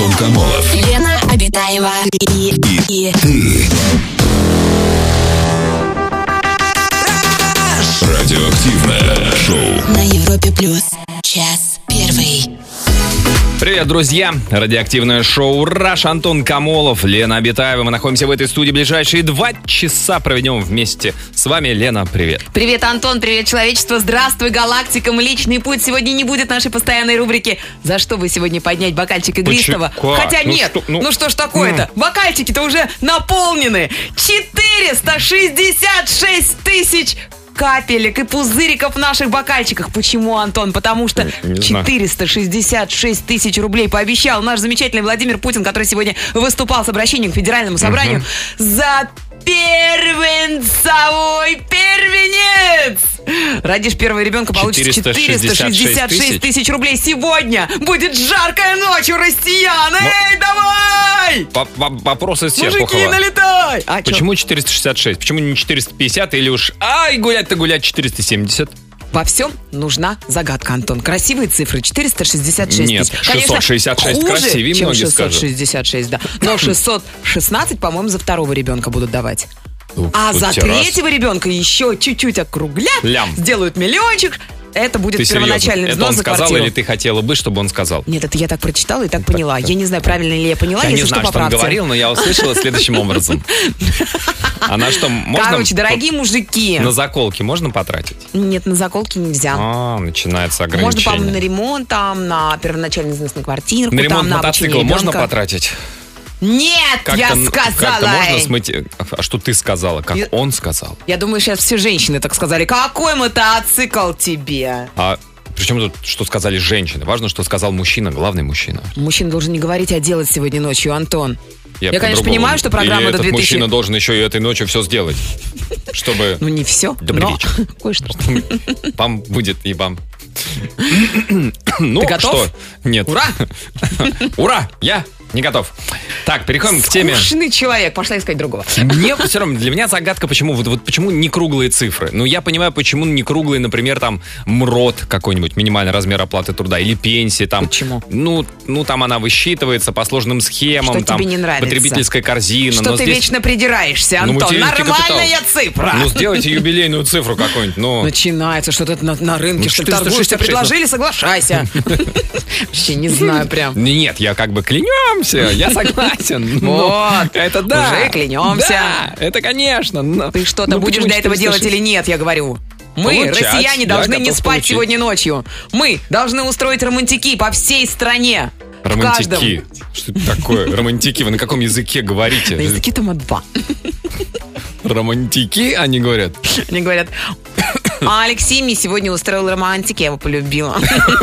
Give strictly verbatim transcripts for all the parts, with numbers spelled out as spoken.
Антон Камолов, Лена Обитаева и, и, и ты. Радиоактивное шоу на Европе Плюс. Час первый. Привет, друзья! Радиоактивное шоу «Раш». Антон Камолов, Лена Обитаева. Мы находимся в этой студии. Ближайшие два часа проведем вместе с вами. Лена, привет. Привет, Антон, привет, человечество. Здравствуй, галактика. Млечный путь. Сегодня не будет нашей постоянной рубрики «За что вы сегодня поднять бокальчик игристого?» Почему? Хотя Ну нет, что, ну... ну что ж такое-то? Ну. Бокальчики-то уже наполнены. четыреста шестьдесят шесть тысяч капелек и пузыриков в наших бокальчиках. Почему, Антон? Потому что четыреста шестьдесят шесть тысяч рублей пообещал наш замечательный Владимир Путин, который сегодня выступал с обращением к Федеральному собранию, uh-huh. за первенцовой первенец. Родишь первого ребенка, получишь четыреста шестьдесят шесть тысяч рублей. Сегодня будет жаркая ночь у россиян. Эй, давай! Вопрос из всех. Мужики, налетай! А почему четыреста шестьдесят шесть? Почему не четыреста пятьдесят или уж ай, гулять-то гулять четыреста семьдесят? Во всем нужна загадка, Антон. Красивые цифры четыреста шестьдесят шесть Нет, тысяч. шестьсот шестьдесят шесть хуже, красивее, чем многие шестьсот шестьдесят шесть, да. Но шестьсот шестнадцать, по-моему, за второго ребенка будут давать. Ух, а за третьего раз. ребенка еще чуть-чуть округлят, Лям. сделают миллиончик. Это будет ты первоначальный взнос за квартиру. Это он сказал квартиру. или ты хотела бы, чтобы он сказал? Нет, это я так прочитала и так поняла. Я не знаю, правильно ли я поняла, я если не что, знаю, что поправьте. он говорил, но я услышала следующим образом. А на что можно? Короче, дорогие мужики. На заколки можно потратить? Нет, на заколки нельзя. А, начинается ограничение. Можно, по-моему, на ремонт, там, на первоначальный взнос на квартирку, на ремонт там, на мотоцикла можно потратить? Нет, как-то, я сказала. Как-то можно смыть... А что ты сказала? Как я... он сказал? Я думаю, сейчас все женщины так сказали. Какой мотоцикл тебе? А причем тут, что сказали женщины? Важно, что сказал мужчина, главный мужчина. Мужчина должен не говорить, а делать сегодня ночью, Антон. Я, я конечно, понимаю, что программа Или до этот две тысячи... мужчина должен еще и этой ночью все сделать, чтобы... Ну, не все, Добрый но... вечер. Кое-что. Вам будет и вам. Ну, ты готов? Что? Нет. Ура! Ура! Я не готов. Так, переходим к теме. Скучный человек, пошла искать другого. Мне все равно, для меня загадка, почему вот, вот почему не круглые цифры. Ну, я понимаю, почему не круглые, например, там, МРОТ какой-нибудь, минимальный размер оплаты труда, или пенсии там. Почему? Ну, ну там она высчитывается по сложным схемам. Что там, тебе не нравится? Потребительская корзина. Что но ты здесь... вечно придираешься, Ну, Антон? Нормальная капитал. цифра. Ну, сделайте юбилейную цифру какую-нибудь. Ну. Начинается, что ты на, на рынке, Ну, что ты торгуешься, предложили, соглашайся. Вообще не знаю прям. Нет, я как бы клянемся, я согласен. Вот, это да. Уже клянемся. Да, это конечно. Но... Ты что-то ну, будешь для этого делать или нет, я говорю. Мы, Получать. россияне, Я должны не готов спать получить. сегодня ночью. Мы должны устроить романтики по всей стране. Романтики. Что это такое? Романтики? Вы на каком языке говорите? На языке там два. Романтики, они говорят? Они говорят, а Алексей мне сегодня устроил романтики, я его полюбила.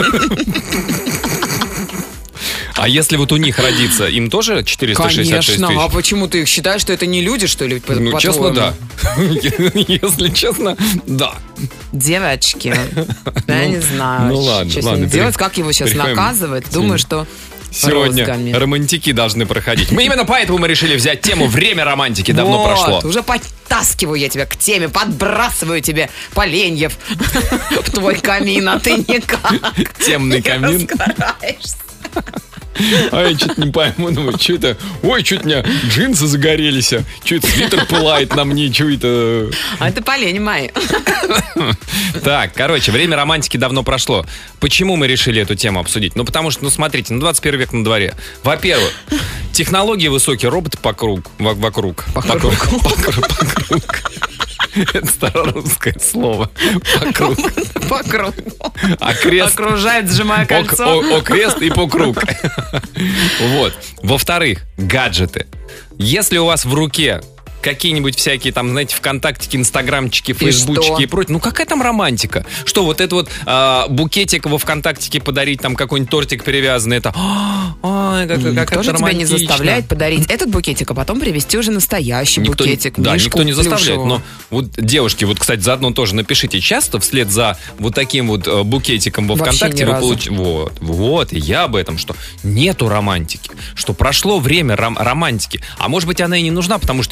А если вот у них родится, им тоже четыреста шестьдесят шесть Конечно, тысяч? а почему ты их считаешь, что это не люди, что ли? Ну, по-твоему? честно, да. Если честно, да. Девочки, я не знаю, ну ладно, что с ладно, ним пере- делать, как его сейчас переходим. наказывать. Думаю, что Сегодня розгами. романтики должны проходить. Мы именно поэтому мы решили взять тему «Время романтики». Давно Вот, прошло. Уже подтаскиваю я тебя к теме, подбрасываю тебе поленьев в твой камин, а ты никак. Темный камин. Раскараешься. А я что-то не пойму, думаю, что это? Ой, что-то у меня джинсы загорелись, что это свитер пылает на мне, что это? А это полень мои. Так, короче, время романтики давно прошло. Почему мы решили эту тему обсудить? Ну, потому что, ну, смотрите, ну, двадцать первый век на дворе. Во-первых, технологии высокие, роботы по кругу, вокруг. По кругу. Вокруг. Это старорусское слово. По кругу. По кругу. Окрест. Окружает, сжимая кольцо. О, окрест и по круг. Вот. Во-вторых, гаджеты. Если у вас в руке какие-нибудь всякие там, знаете, ВКонтактики, Инстаграмчики, Фейсбучики и, и прочее. Ну какая там романтика? Что вот это вот а, букетик во ВКонтактике подарить, там какой-нибудь тортик перевязанный, это... Ой, как, как Никто же это тебя не романтично. заставляет подарить этот букетик, а потом привезти уже настоящий Никто, букетик. да, мишку никто не заставляет. плюшевого. Но вот девушки, вот, кстати, заодно тоже напишите, часто вслед за вот таким вот э, букетиком во Вообще ВКонтакте ни вы разу. получите... Вот, вот, и я об этом, что нету романтики, что прошло время ром- романтики. А может быть, она и не нужна, потому что и девушки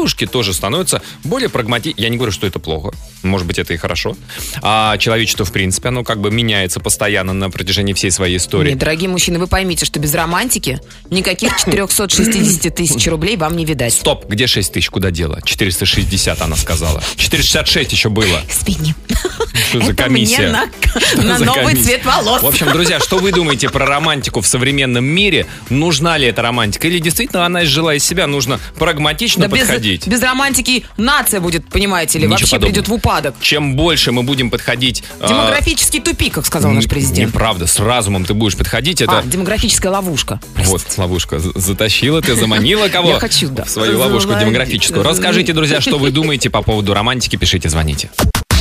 девушки тоже становятся более прагматичными. Я не говорю, что это плохо. Может быть, это и хорошо. А человечество, в принципе, оно как бы меняется постоянно на протяжении всей своей истории. Нет, дорогие мужчины, вы поймите, что без романтики никаких четыреста шестьдесят тысяч рублей вам не видать. Стоп, где шесть тысяч? Куда дело? четыреста шестьдесят, она сказала. четыреста шестьдесят шесть еще было. Спини. Что за комиссия? Это мне на, на новый комиссия? Цвет волос. В общем, друзья, что вы думаете про романтику в современном мире? Нужна ли эта романтика? Или действительно она изжила из себя? Нужно прагматично да подходить. Без, без романтики нация будет, понимаете ли, Ничего вообще подобного. Придет в упадок. Чем больше мы будем подходить... Демографический а... тупик, как сказал наш президент. Неправда, с разумом ты будешь подходить. Это... А, демографическая ловушка. Простите. Вот, ловушка. Затащила ты, заманила кого? Я хочу, да. В свою ловушку демографическую. Расскажите, друзья, что вы думаете по поводу романтики. Пишите, звоните.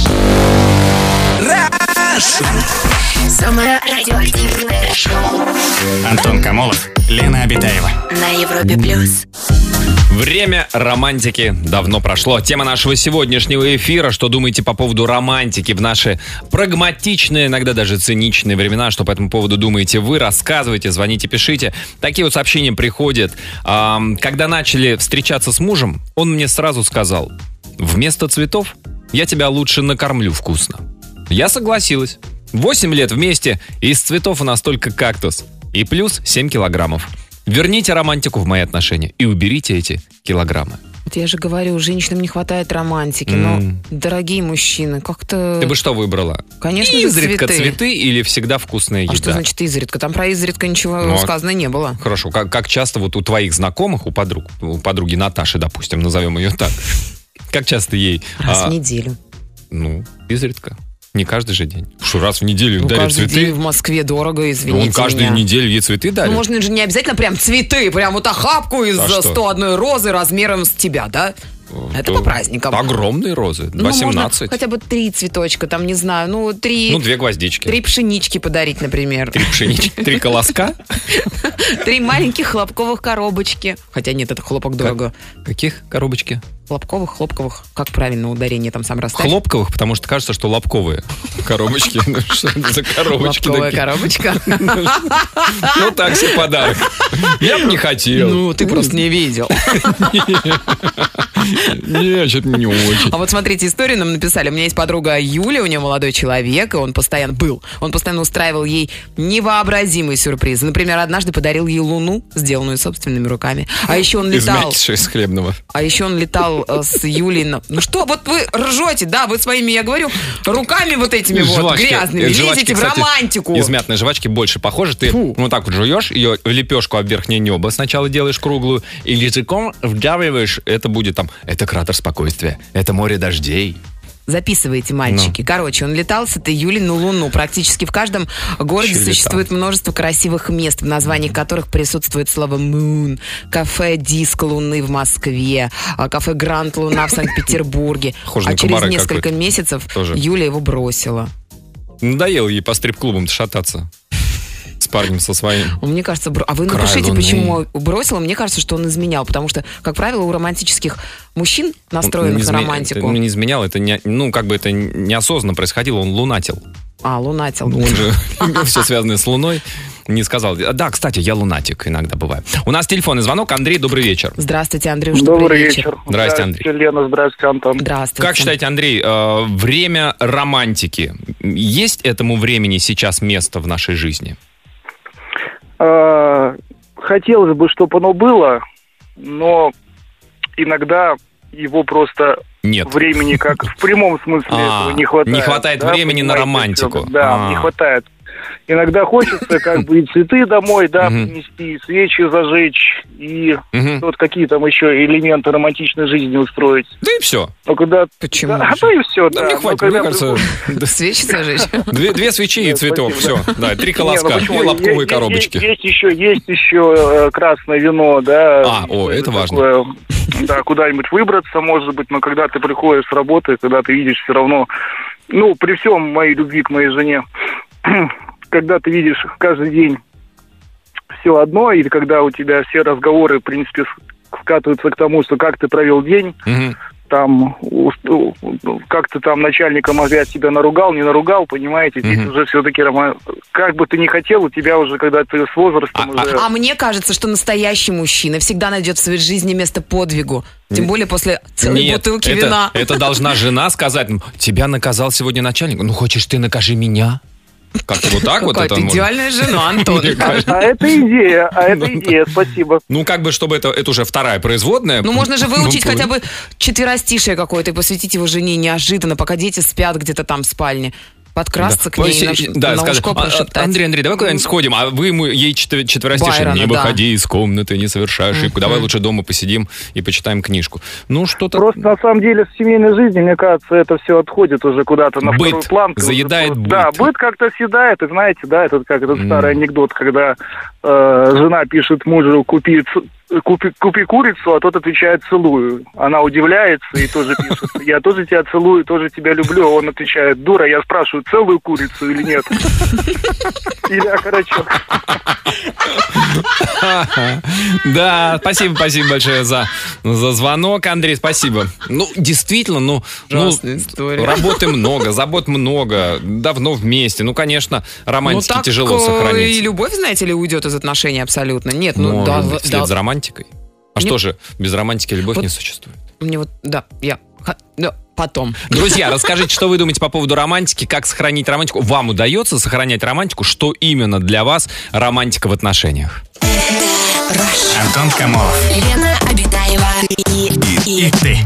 Самое радиоактивное шоу. Антон Камолов, Лена Обитаева. На Европе Плюс. Время романтики давно прошло. Тема нашего сегодняшнего эфира. Что думаете по поводу романтики в наши прагматичные, иногда даже циничные времена? Что по этому поводу думаете вы? Рассказывайте, звоните, пишите. Такие вот сообщения приходят. Когда начали встречаться с мужем, он мне сразу сказал: вместо цветов я тебя лучше накормлю вкусно. Я согласилась. Восемь лет вместе, и из цветов у нас только кактус. И плюс семь килограммов. Верните романтику в мои отношения и уберите эти килограммы. Вот я же говорю, женщинам не хватает романтики. Mm. Но, дорогие мужчины, как-то... Ты бы что выбрала? Конечно же, изредка цветы. цветы или всегда вкусная еда? А что значит изредка? Там про изредка ничего ну, сказано не было. Хорошо, как, как часто вот у твоих знакомых, у подруг, у подруги Наташи, допустим, назовем ее так, как часто ей... Раз а, в неделю. Ну, изредка. Не каждый же день. Что, раз в неделю ну, дарят каждый цветы? День в Москве дорого, извините Он каждую меня. неделю ей цветы дарит? Ну, можно же не обязательно прям цветы, прям вот охапку из а сто одной розы размером с тебя, да? Это по праздникам. Огромные розы, два семнадцать. Ну, хотя бы три цветочка, там, не знаю, ну, три... Ну, две гвоздички. Три пшенички подарить, например. Три пшенички, три колоска? Три маленьких хлопковых коробочки. Хотя нет, это хлопок дорого. Каких коробочки? Хлопковых, хлопковых. Как правильно ударение там сам расставь? Хлопковых, потому что кажется, что лобковые коробочки. Ну, что это за коробочки такие? Лобковая коробочка? Ну, так себе подарок. Я бы не хотел. Ну, ты просто не видел. Нет, что-то не очень. А вот смотрите, историю нам написали. У меня есть подруга Юля, у нее молодой человек, и он постоянно был. Он постоянно устраивал ей невообразимые сюрпризы. Например, однажды подарил ей луну, сделанную собственными руками. А еще он летал... Из из хлебного. А еще он летал э, с Юлей... На... Ну что, вот вы ржете, да, вы своими, я говорю, руками вот этими вот жвачки, грязными лезете в романтику. Из мятной жвачки больше похоже. Ты Фу. вот так вот жуешь, ее в лепешку об верхнее небо сначала делаешь круглую, и языком вдавливаешь, это будет там... Это кратер спокойствия. Это море дождей. Записывайте, мальчики. Ну. Короче, он летал с этой Юлей на Луну. Практически в каждом городе Еще существует летал. множество красивых мест, в названиях которых присутствует слово «Moon». Кафе «Диск Луны» в Москве, кафе «Гранд Луна» в Санкт-Петербурге. А через несколько месяцев тоже. Юля его бросила. Надоело ей по стрип-клубам шататься. С парнем со своим. Мне кажется, бро... а вы напишите, почему бросила. Мне кажется, что он изменял, потому что, как правило, у романтических мужчин, настроенных на романтику... Он не изменял, это не, ну, как бы это неосознанно происходило, он лунатил. А, лунатил. Он же все связанное с Луной не сказал. Да, кстати, я лунатик иногда бываю. У нас телефонный звонок. Андрей, добрый вечер. Здравствуйте, Андрюш, добрый, добрый вечер. вечер. Здравствуйте, Андрей. Здравствуйте, Лена, здравствуйте, Антон. Здравствуйте. Как считаете, Андрей, время романтики, есть этому времени сейчас место в нашей жизни? Хотелось бы, чтобы оно было, но иногда его просто Нет. времени, как в прямом смысле, а, этого не хватает. Не хватает да, времени на романтику. Да, А-а-а. не хватает. Иногда хочется как бы и цветы домой, да, принести, и свечи зажечь, и вот какие там еще элементы романтичной жизни устроить. Да и все. Но когда... Почему? Да, а то и все, да. да. Мне хватит, мне кажется... Свечи зажечь? Две, две свечи и цветок, все. Да, три колоска и лобковые коробочки. Есть еще, есть еще красное вино, да. А, о, это важно. Да, куда-нибудь выбраться, может быть, но когда ты приходишь с работы, когда ты видишь все равно... Ну, при всем моей любви к моей жене... Когда ты видишь каждый день все одно, или когда у тебя все разговоры, в принципе, скатываются к тому, что как ты провел день, угу. там как-то там начальником опять тебя наругал, не наругал, понимаете, здесь mm-hmm. уже все-таки роман... как бы ты ни хотел, у тебя уже, когда ты с возрастом а, уже... А мне кажется, что настоящий мужчина всегда найдет в своей жизни место подвигу, тем более после целой Нет, бутылки это, вина. Это должна жена сказать, тебя наказал сегодня начальник, ну хочешь ты накажи меня? Как-то вот так вот это Какая-то идеальная жена, Антон. А это идея, а это идея, спасибо. Ну, как бы, чтобы это, это уже вторая производная. Ну, можно же выучить хотя бы четверостишее какое-то и посвятить его жене неожиданно, пока дети спят где-то там в спальне. Подкрасться да. к ней, Ой, на, да, на скажи, ушко прошептать. Андрей, Андрей, давай куда-нибудь сходим, а вы ему ей четвер- четверостишее. Байрона, Не да. выходи из комнаты, не совершай ошибку. Mm-hmm. Давай лучше дома посидим и почитаем книжку. Ну, что-то... Просто, на самом деле, в семейной жизни, мне кажется, это все отходит уже куда-то на быт второй план. заедает уже... быт. Да, быт как-то съедает, и знаете, да, это как этот mm. старый анекдот, когда э, жена пишет мужу «купи, купи, купи курицу», а тот отвечает «целую». Она удивляется и тоже пишет «я тоже тебя целую, тоже тебя люблю», а он отвечает «дура». Я спрашиваю, целую курицу или нет? Или окорочок. Да, спасибо, спасибо большое за, за звонок, Андрей, спасибо. Ну, действительно, ну, ну работы много, забот много, давно вместе. Ну, конечно, романтики ну, тяжело сохранить. И любовь, знаете ли, уйдет из отношений абсолютно. Нет, ну, Может да, быть, вслед да. за романтикой. А Мне... что же, без романтики любовь вот, не существует? Мне вот, да, я... Да, потом. Друзья, расскажите, что вы думаете по поводу романтики, как сохранить романтику. Вам удается сохранять романтику? Что именно для вас романтика в отношениях? Антон Камолов, Лена Обитаева и, и... и ты.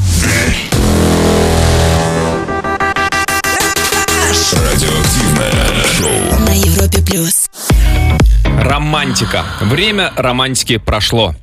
Радиоактивное шоу на Европе плюс. Романтика. Время романтики прошло.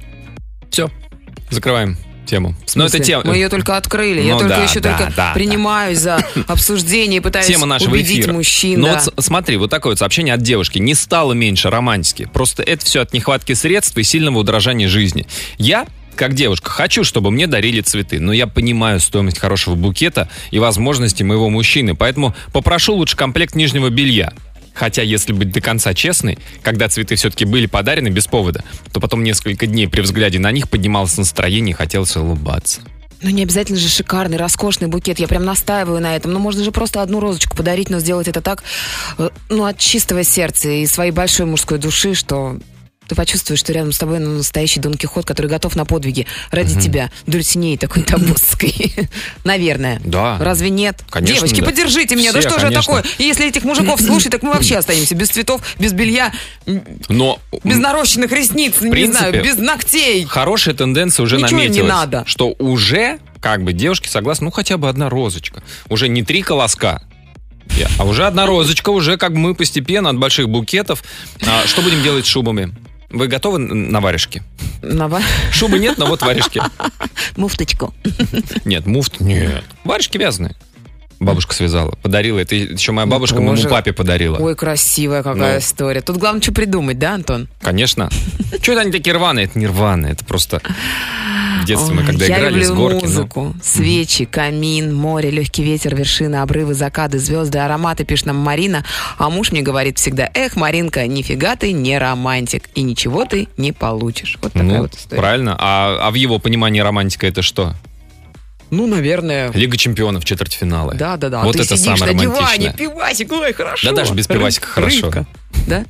Все, закрываем тему. Но это тема. Мы ее только открыли. Я ну, только да, еще да, только да, принимаюсь да. за обсуждение и пытаюсь тема нашего убедить эфира. мужчин. Ну да. вот смотри, вот такое вот сообщение от девушки. Не стало меньше романтики. Просто это все от нехватки средств и сильного удорожания жизни. Я, как девушка, хочу, чтобы мне дарили цветы, но я понимаю стоимость хорошего букета и возможности моего мужчины, поэтому попрошу лучше комплект нижнего белья. Хотя, если быть до конца честной, когда цветы все-таки были подарены без повода, то потом несколько дней при взгляде на них поднималось настроение и хотелось улыбаться. Ну, не обязательно же шикарный, роскошный букет. Я прям настаиваю на этом. Ну, можно же просто одну розочку подарить, но сделать это так, ну, от чистого сердца и своей большой мужской души, что ты почувствуешь, что рядом с тобой ну, настоящий Дон Кихот, который готов на подвиги ради угу. тебя. Дульсинеи такой табусской. Наверное. Да. Разве нет? Конечно, девочки, да. поддержите меня. Все, да что конечно. же такое? И если этих мужиков слушать, так мы вообще останемся без цветов, без белья, но, без нарощенных ресниц, в не принципе, знаю, без ногтей. Хорошая тенденция уже Ничего наметилась. не надо. Что уже, как бы, девушки согласны, ну, хотя бы одна розочка. Уже не три колоска. А уже одна розочка, уже как бы мы постепенно от больших букетов. А, что будем делать с шубами? Вы готовы на варежки? На ва... Шубы нет, но вот варежки. Муфточку. Нет, муфт нет. Варежки вязаные. Бабушка связала, подарила. Это еще моя бабушка ну, моему папе подарила. Ой, красивая какая ну, история. Тут главное, что придумать, да, Антон? Конечно. Что это они такие рваные? Это не рваные, это просто... В детстве мы когда я играли с горки. Я люблю музыку, ну... свечи, камин, море, легкий ветер, вершины, обрывы, закаты, звезды, ароматы, пишет нам Марина. А муж мне говорит всегда: эх, Маринка, нифига ты не романтик, и ничего ты не получишь. Вот такая ну, вот история. Правильно. А, а в его понимании романтика это что? Ну, наверное... Лига чемпионов, четвертьфиналы. Да, да, да. Вот ты это сидишь самое на романтичное. диване, пивасик, ой, хорошо. Да даже без пивасика Рыб, хорошо. Рыбка. Да?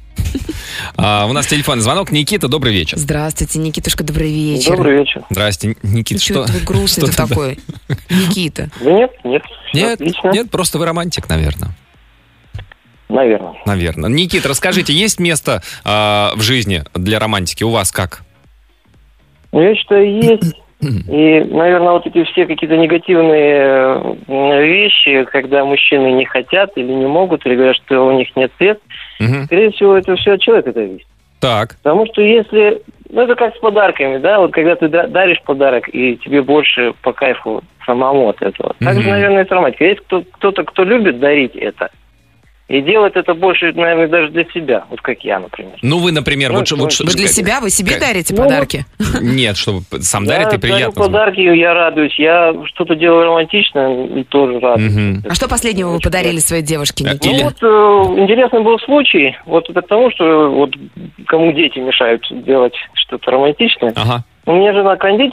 А, у нас телефонный звонок. Никита, добрый вечер. Здравствуйте, Никитушка, добрый вечер. Добрый вечер. Здрасте, Никита. Что ты грустный ты такой, Никита? Да нет, нет. Нет, Отлично. нет, просто вы романтик, наверное. Наверное. Наверное. Никита, расскажите, есть место э, в жизни для романтики? У вас как? Ну, я считаю, есть. И, наверное, вот эти все какие-то негативные вещи, когда мужчины не хотят или не могут, или говорят, что у них нет средств, Угу. скорее всего, это все от человека зависит. Так. Потому что если... Ну, это как с подарками, да? Вот когда ты даришь подарок, и тебе больше по кайфу самому от этого. Так же, Мгм. наверное, и с романтикой. Есть кто- кто-то, кто любит дарить это, и делать это больше, наверное, даже для себя. Вот как я, например. Ну, вы, например, Ну, вот, вот вы Вы для себя, вы себе как- дарите Ну, подарки? Нет, чтобы сам дарит Я и приятно. дарю подарки, я радуюсь. Я что-то делаю романтичное и тоже радуюсь. Мгм. А что последнего вы подарили своей девушке, Э, Никита? или- Ну вот э, интересный был случай. Вот это к тому, что вот кому дети мешают делать что-то романтичное. Ага. У меня жена кондитер,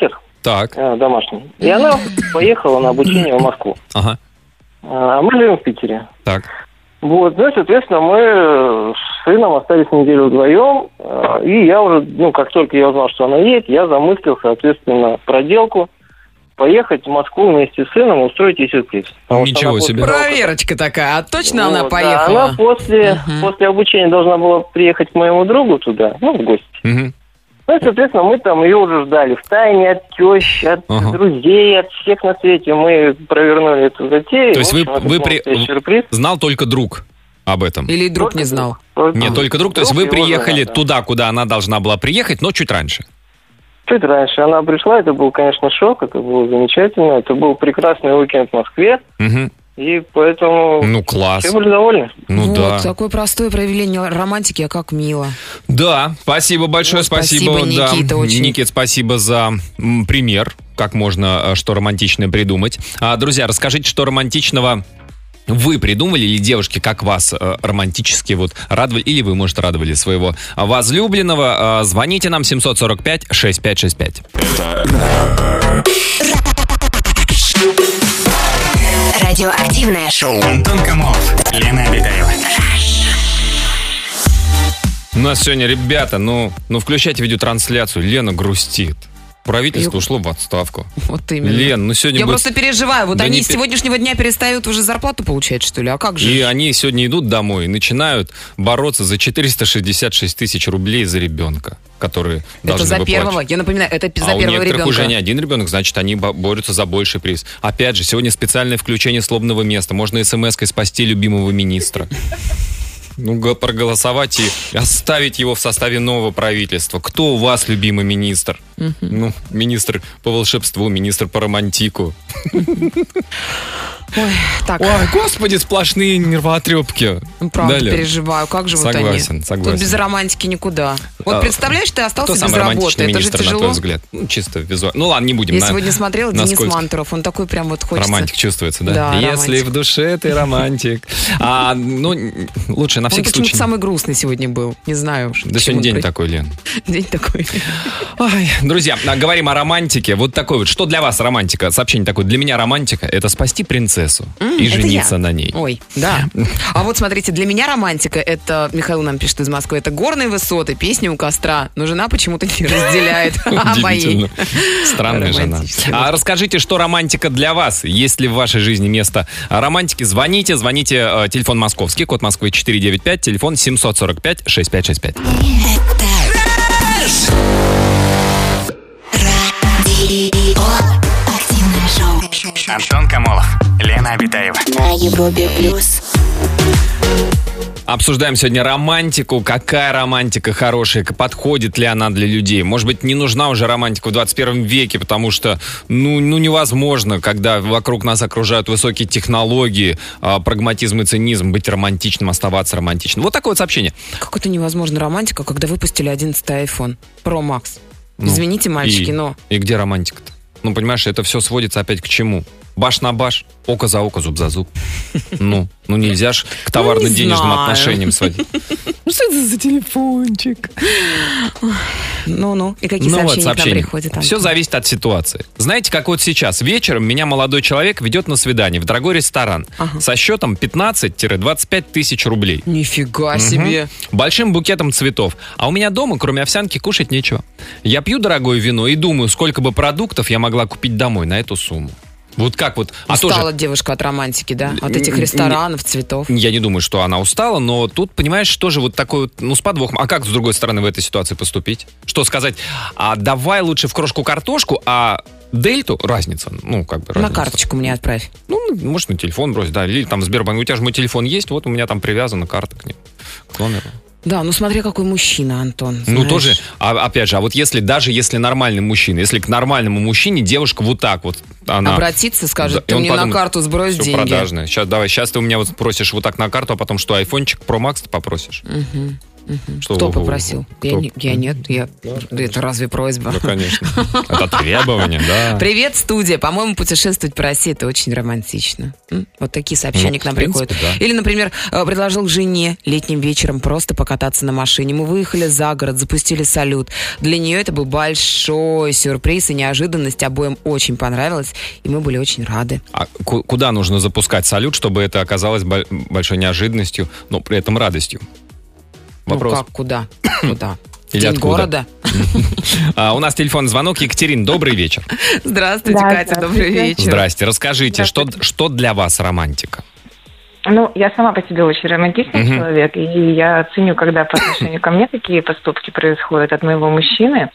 Так. Домашний. И она поехала на обучение в Москву. Ага. А мы живем в Питере. Так. Вот, ну, соответственно, мы с сыном остались неделю вдвоем, и я уже, ну, как только я узнал, что она едет, я замыслил, соответственно, проделку, поехать в Москву вместе с сыном и устроить ей сюрприз. Ничего после... себе. Проверочка такая, а точно вот, она да, поехала? она после, uh-huh. после обучения должна была приехать к моему другу туда, ну, в гости. Uh-huh. Ну, и, соответственно, мы там ее уже ждали в тайне от тещи, от uh-huh. друзей, от всех на свете. Мы провернули эту затею. То есть общем, вы, вы при... сюрприз. Знал только друг об этом? Или друг только не знал? Друг. Нет, только друг. То есть вы приехали жена, да. туда, куда она должна была приехать, но чуть раньше? Чуть раньше. Она пришла, это был, конечно, шок, это было замечательно. Это был прекрасный уикенд в Москве. Угу. И поэтому ну, класс. все были довольны. Ну, вот, да. Такое простое проявление романтики, а как мило. Да, спасибо большое, вот, спасибо. Спасибо, да. Никита, очень. Никит, спасибо за м, пример, как можно что романтичное придумать. А, друзья, расскажите, что романтичного вы придумали, или девушки, как вас э, романтически вот радовали, или вы, может, радовали своего возлюбленного. Э, звоните нам семь сорок пять шестьдесят пять шестьдесят пять. Радиоактивное шоу. Антон Камолов, Лена Обитаева. У нас сегодня, ребята, ну, ну включайте видеотрансляцию. Лена грустит. Правительство Я... ушло в отставку. Вот именно. Лен, ну сегодня... Я будет... просто переживаю. Вот да они не... с сегодняшнего дня перестают уже зарплату получать, что ли? А как же? И они сегодня идут домой и начинают бороться за четыреста шестьдесят шесть тысяч рублей за ребенка, которые это должны за выплачивать. первого? Я напоминаю, это за а первого у некоторых ребенка. уже не один ребенок, значит, они борются за больший приз. Опять же, сегодня специальное включение сломанного места. Можно смс-кой спасти любимого министра. Ну, проголосовать и оставить его в составе нового правительства. Кто у вас любимый министр? Uh-huh. Ну, министр по волшебству, министр по романтику. Ой, так. Ой, господи, сплошные нервоотрепки. Ну, правда, Далее. переживаю. Как же согласен, вот они? Согласен, согласен. Тут без романтики никуда. Вот А, представляешь, ты остался кто без самый работы. Это же министр, тяжело. на твой взгляд? Ну, чисто визуально. Ну, ладно, не будем. Я на, сегодня смотрела Денис скользко. Мантуров. Он такой прям вот хочется. Романтик чувствуется, да? Да, Если романтик. в душе ты романтик. А, ну, лучше на Он всякий почему-то случай. самый грустный сегодня был. Не знаю уж. Да сегодня день такой, Лен. День такой. Ой, друзья, говорим о романтике. Вот такой вот. Что для вас романтика? Сообщение такое. Для меня романтика — это спасти принцессу М, и это жениться я. на ней. Ой, да. А вот смотрите, для меня романтика — это, Михаил нам пишет из Москвы, это горные высоты, песни у костра, но жена почему-то не разделяет. А моей. Удивительно. Странная жена. А расскажите, что романтика для вас? Есть ли в вашей жизни место романтики? Звоните, звоните. э, Телефон московский, код Москвы четыре девять пять, телефон семь сорок пять шестьдесят пять шестьдесят пять. Радиоактивное шоу. Антон Камолов, Лена Обитаева. На Европе плюс. Обсуждаем сегодня романтику. Какая романтика хорошая, подходит ли она для людей? Может быть, не нужна уже романтика в двадцать первом веке, потому что, ну, ну невозможно, когда вокруг нас окружают высокие технологии, э, прагматизм и цинизм, быть романтичным, оставаться романтичным. Вот такое вот сообщение. Как это невозможно романтика, когда выпустили одиннадцатый iPhone Pro Max? Ну, Извините, мальчики, и, но... И где романтика-то? Ну, понимаешь, это все сводится опять к чему? Баш на баш, око за око, зуб за зуб. Ну, ну нельзя ж к товарно-денежным знаю. отношениям сводить. Ну, что это за телефончик? Ну-ну, и какие Ну вот сообщения к нам сообщение. приходят? Антон? Все зависит от ситуации. Знаете, как вот сейчас вечером меня молодой человек ведет на свидание в дорогой ресторан Ага. со счетом пятнадцать-двадцать пять тысяч рублей. Нифига себе. Большим букетом цветов. А у меня дома, кроме овсянки, кушать нечего. Я пью дорогое вино и думаю, сколько бы продуктов я могла купить домой на эту сумму. Вот как вот... А Устала тоже, девушка от романтики, да? От этих Н- ресторанов, цветов. я не думаю, что она устала, но тут, понимаешь, тоже вот такой вот, ну, с подвохом. А как, с другой стороны, в этой ситуации поступить? Что сказать? А давай лучше в крошку картошку, а дельту, разница, ну, как бы На разница. карточку мне отправь. Ну, может, на телефон брось, да, или там Сбербанк. У тебя же мой телефон есть, вот у меня там привязана карта к ним, к номеру. Да, ну смотри, какой мужчина, Антон. Ну, знаешь. тоже, а, опять же, а вот если, даже если нормальный мужчина, если к нормальному мужчине девушка вот так вот, она... Обратиться, скажет, Да, и ты он мне на подумает, карту сбрось все деньги. продажное. Сейчас, давай, сейчас ты у меня вот просишь вот так на карту, а потом что, айфончик Pro Max ты попросишь? Мгм. Угу. Что Кто вы, попросил? Кто? Я, не, я нет. Я... Да, это разве просьба? Да, конечно. Это требование, да. Привет, студия. По-моему, путешествовать по России — это очень романтично. Вот такие сообщения ну, к нам принципе, приходят. Да. Или, например, предложил жене летним вечером просто покататься на машине. Мы выехали за город, запустили салют. Для нее это был большой сюрприз и неожиданность. Обоим очень понравилось, и мы были очень рады. А к- куда нужно запускать салют, чтобы это оказалось большой неожиданностью, но при этом радостью? Вопрос. Ну как, куда? Куда? Или День откуда? города. А, у нас телефонный звонок. Екатерина, добрый вечер. Здравствуйте, да, Катя, здравствуйте. Добрый вечер. Здрасте. Расскажите, что, что для вас романтика? Ну, я сама по себе очень романтичный uh-huh. человек, и я ценю, когда по отношению ко мне такие поступки происходят от моего мужчины.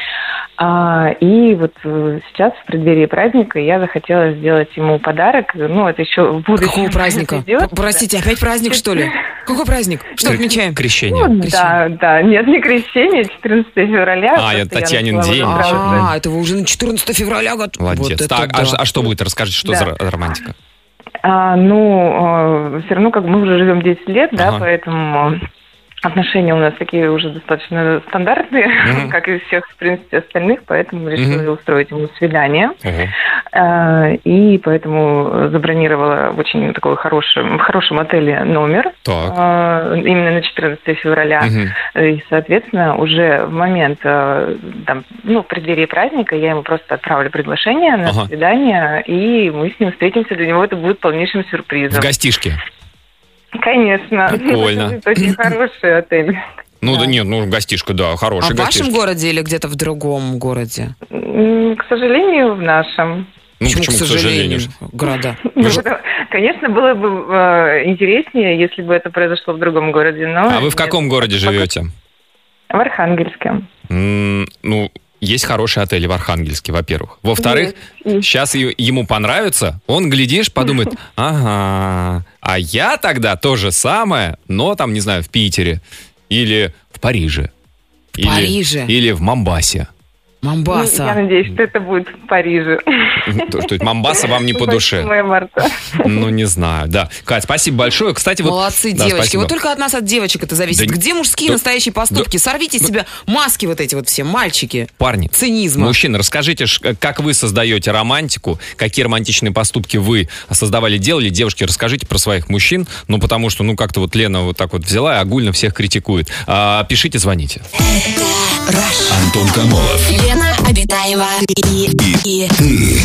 А, и вот сейчас, в преддверии праздника, я захотела сделать ему подарок. Ну, это еще в будущем. Какого праздника? Простите, опять праздник, что ли? Какой праздник? Что отмечаем? Крещение. Ну, да, да. Нет, не крещение, четырнадцатого февраля. А, это Татьянин день. А, это вы уже на четырнадцатого февраля готовы. Молодец. Вот так, да. а, а что будет? Расскажите, что да. за романтика? А, ну, все равно, как мы уже живем десять лет, ага. да, поэтому... Отношения у нас такие уже достаточно стандартные, uh-huh. как и всех, в принципе, остальных, поэтому решила uh-huh. устроить ему свидание. Uh-huh. И поэтому забронировала в очень такой хорошем, в хорошем отеле номер. Так. Именно на четырнадцатого февраля. Uh-huh. И, соответственно, уже в момент, там, ну, в преддверии праздника я ему просто отправлю приглашение на uh-huh. свидание, и мы с ним встретимся. Для него это будет полнейшим сюрпризом. В гостишке? Конечно. Прикольно. Это очень хороший отель. Ну да, да нет, ну гостишка, да, хороший. А в вашем городе или где-то в другом городе? К сожалению, в нашем. Ну, почему, почему к сожалению? Города. Ну, конечно, было бы э, интереснее, если бы это произошло в другом городе, но... А вы в каком городе живете? В Архангельске. Mm, ну... Есть хорошие отели в Архангельске, во-первых. Во-вторых, есть, есть. Сейчас ему понравится, он, глядишь, подумает, ага, а я тогда то же самое, но там, не знаю, в Питере или в Париже. В или, Париже? Или в Момбасе. Момбаса. Я надеюсь, что это будет в Париже. То, что Момбаса вам не по душе. марта. Ну, не знаю, да. Кать, спасибо большое. Кстати, вот... Молодцы, да, девочки. Спасибо. Вот только от нас, от девочек это зависит. Да, Где мужские да, настоящие поступки? Да, Сорвите да, себя маски вот эти вот все, мальчики. Парни. Цинизма. Мужчины, расскажите, как вы создаете романтику, какие романтичные поступки вы создавали, делали. Девушки, расскажите про своих мужчин. Ну, потому что, ну, как-то вот Лена вот так вот взяла и огульно всех критикует. А, пишите, звоните. Антон Камолов. Лена Обитаева и, и, и. Ты.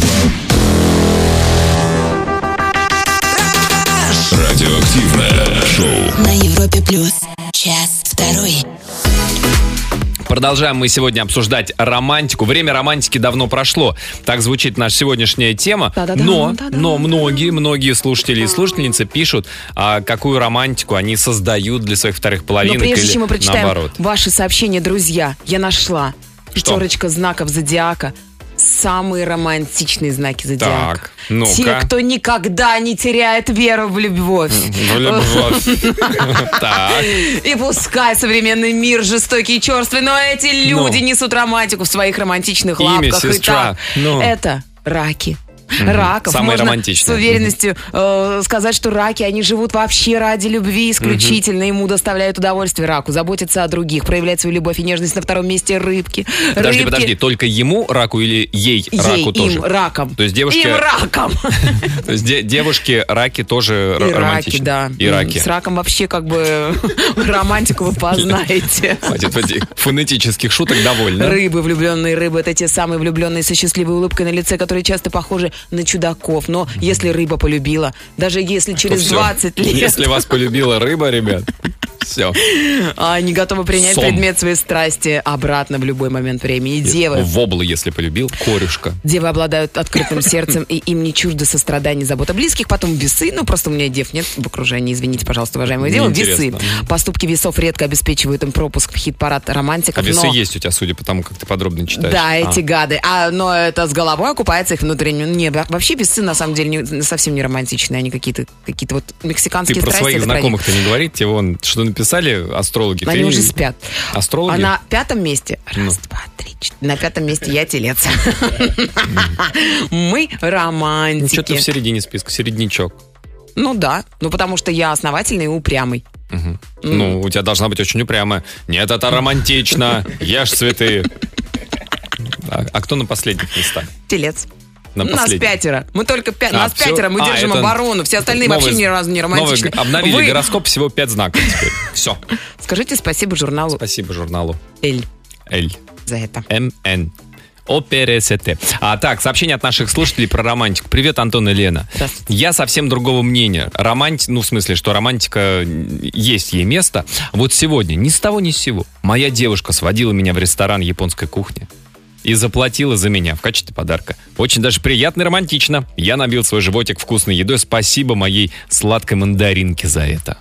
Радиоактивное шоу на Европе плюс. Час второй. Продолжаем мы сегодня обсуждать романтику. Время романтики давно прошло. Так звучит наша сегодняшняя тема. Да-да-да, но, да-да-да. но многие, многие слушатели и слушательницы пишут, а, какую романтику они создают для своих вторых половинок. Но прежде или чем мы прочитаем наоборот. Ваши сообщения, друзья, я нашла пятерочка знаков зодиака. Самые романтичные знаки зодиака. Так, ну-ка. Те, кто никогда не теряет веру в любовь. В любовь. Так. И пускай современный мир жестокий и черствый, но эти люди несут романтику в своих романтичных лапках. Сестра. Это раки. Раков. Самые можно романтичные. с уверенностью э, сказать, что раки, они живут вообще ради любви исключительно. Ему доставляют удовольствие раку, заботятся о других, проявлять свою любовь и нежность. На втором месте рыбки. Подожди, рыбки... подожди, только ему раку или ей, ей раку им, тоже? раком. То есть девушки... Им раком. То есть девушки раки тоже и романтичны? Раки, да. И раки. С раком вообще как бы романтику вы познаете. Хватит фонетических шуток, довольно. Рыбы, влюбленные рыбы, это те самые влюбленные со счастливой улыбкой на лице, которые часто похожи на чудаков. Но если рыба полюбила, даже если через двадцать лет... Если вас полюбила рыба, ребят, все. Они готовы принять Сон. предмет своей страсти обратно в любой момент времени. Девы... Воблы, если полюбил, корюшка. Девы обладают открытым сердцем, и им не чуждо сострадание, забота близких. Потом весы. Ну, просто у меня дев нет в окружении. Извините, пожалуйста, уважаемые девы. Весы. Поступки весов редко обеспечивают им пропуск в хит-парад романтиков. А весы но... есть у тебя, судя по тому, как ты подробно читаешь. Да, а. эти гады. А, но это с головой окупается их внутренним. Не, вообще весы, на самом деле, не, совсем не романтичные. Они какие-то, какие-то вот мексиканские страсти. Ты про своих знакомых-то не говори. Тебе вон, что написали астрологи. Они ты... уже спят. Астрологи? А на пятом месте... Раз, ну. два, три, четыре. На пятом месте я телец. Мы романтики. Ну, что-то в середине списка, середнячок. Ну да, ну потому что я основательный и упрямый. Угу. Ну, у тебя должна быть очень упрямая. Нет, это романтично. Ешь цветы. А, а кто на последних местах? Телец. На нас пятеро. Мы только пять. А, нас все? пятеро, мы А, держим это оборону. Все остальные новый, вообще ни разу не романтичны. Новый, обновили Вы... гороскоп, всего пять знаков теперь. Все. Скажите спасибо журналу. Спасибо журналу. Эль. Эль. За это. эм эн. ОПРСТ. А так, сообщение от наших слушателей про романтику. Привет, Антон и Лена. Я совсем другого мнения. Романтика, ну, в смысле, что романтика есть ей место. Вот сегодня, ни с того, ни с сего, моя девушка сводила меня в ресторан японской кухни и заплатила за меня в качестве подарка. Очень даже приятно и романтично. Я набил свой животик вкусной едой. Спасибо моей сладкой мандаринке за это.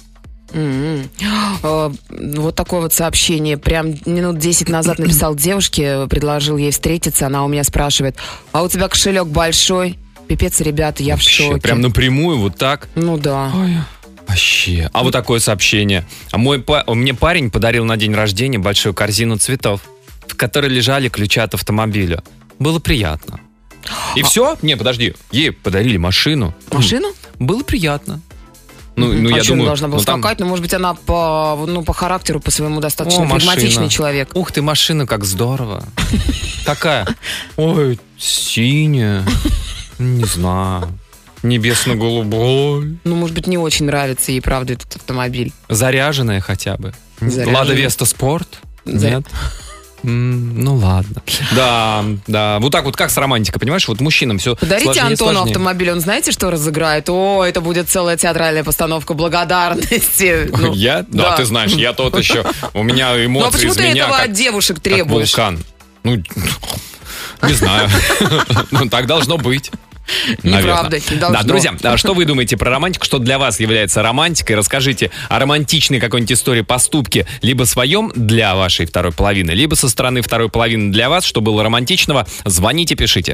Mm-hmm. Вот такое вот сообщение. Прям минут десять назад написал девушке, предложил ей встретиться. Она у меня спрашивает: а у тебя кошелек большой? Пипец, ребята, я вообще, в шоке. Прям напрямую, вот так? Ну да. Ой. Вообще. А вот такое сообщение. А мой па- мне парень подарил на день рождения большую корзину цветов, в которой лежали ключи от автомобиля. Было приятно. И а... все? Не, подожди. Ей подарили машину. Машину? Было приятно. Ну, ну, а я что думаю, она должна была ну, там... скакать? Ну, может быть, она по, ну, по характеру, по своему достаточно О, флегматичный машина. человек. Ух ты, машина, как здорово. Такая, ой, синяя, не знаю, небесно-голубой. Ну, может быть, не очень нравится ей, правда, этот автомобиль. Заряженная хотя бы. Заряженная. Лада Веста Спорт? Заря... Нет? Mm, ну ладно. Да, да. Вот так вот, как с романтикой, понимаешь? Вот мужчинам все Подарите сложнее, Антону сложнее. автомобиль, он знаете, что разыграет? О, это будет целая театральная постановка благодарности. Ну, я? Да, да, ты знаешь, я тот еще. У меня эмоции ну, а почему из ты меня этого как, от девушек как требуешь? вулкан. Ну, не знаю. Ну, так должно быть. Неправда, не должно. Да, друзья, что вы думаете про романтику? Что для вас является романтикой? Расскажите о романтичной какой-нибудь истории, поступке, либо своем для вашей второй половины, либо со стороны второй половины для вас, что было романтичного. Звоните, пишите.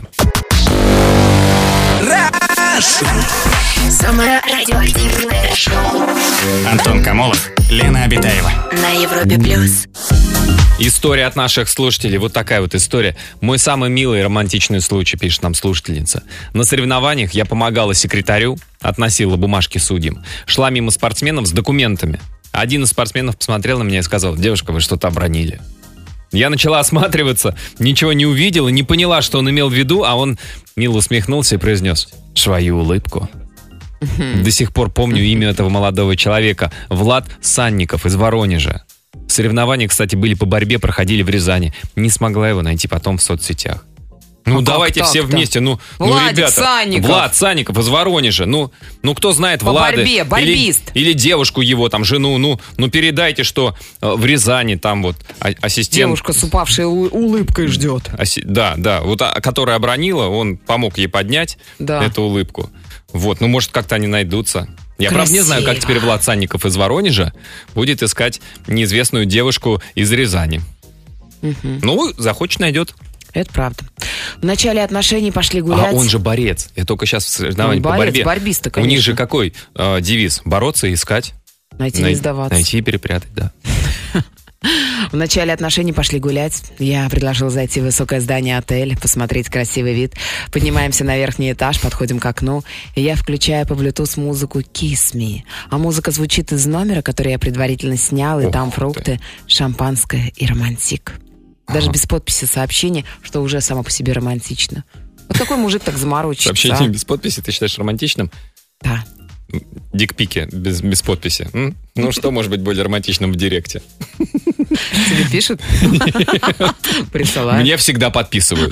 Самое радиоактивное шоу Антон Камолов, Лена Обитаева. на Европе плюс. История от наших слушателей. Вот такая вот история. Мой самый милый и романтичный случай, пишет нам слушательница. На соревнованиях я помогала секретарю, относила бумажки судьям. Шла мимо спортсменов с документами. Один из спортсменов посмотрел на меня и сказал: девушка, вы что-то обронили. Я начала осматриваться, ничего не увидела, не поняла, что он имел в виду, а он мило усмехнулся и произнес: свою улыбку. До сих пор помню имя этого молодого человека. Влад Санников из Воронежа. Соревнования, кстати, были по борьбе, проходили в Рязани. Не смогла его найти потом в соцсетях. Ну, а давайте все так-то? вместе. Ну, ну, Владик ребята. Санников. Влад Санников из Воронежа. Ну, ну кто знает по Влада. борьбе, борьбист. Или, или девушку его, там, жену. Ну, ну, передайте, что э, в Рязани там вот а, ассистент... Девушка с упавшей у- улыбкой ждет. Оси... Да, да. Вот, а, которая обронила, он помог ей поднять да. эту улыбку. Вот, ну, может, как-то они найдутся. Я, Красиво. правда, не знаю, как теперь Влад Санников из Воронежа будет искать неизвестную девушку из Рязани. Угу. Ну, захочет, найдет. Это правда. В начале отношений пошли гулять. А он же борец. Я только сейчас в соревновании по борьбе. Борьбист-то, У конечно. них же какой э, девиз? Бороться и искать. Найти Най- и сдаваться. Найти и перепрятать, да. В начале отношений пошли гулять. Я предложил зайти в высокое здание отеля, посмотреть красивый вид. Поднимаемся на верхний этаж, подходим к окну, и я включаю по Bluetooth музыку «Kiss Me». А музыка звучит из номера, который я предварительно снял, и Ох там ты. фрукты, шампанское и романтик. Даже Ага. без подписи сообщения, что уже само по себе романтично. Вот какой мужик так заморочится? Сообщение а? без подписи ты считаешь романтичным? Да. Дикпики без, без подписи. М? Ну, что может быть более романтичным в директе? Тебе пишут? Присылают. Мне всегда подписывают.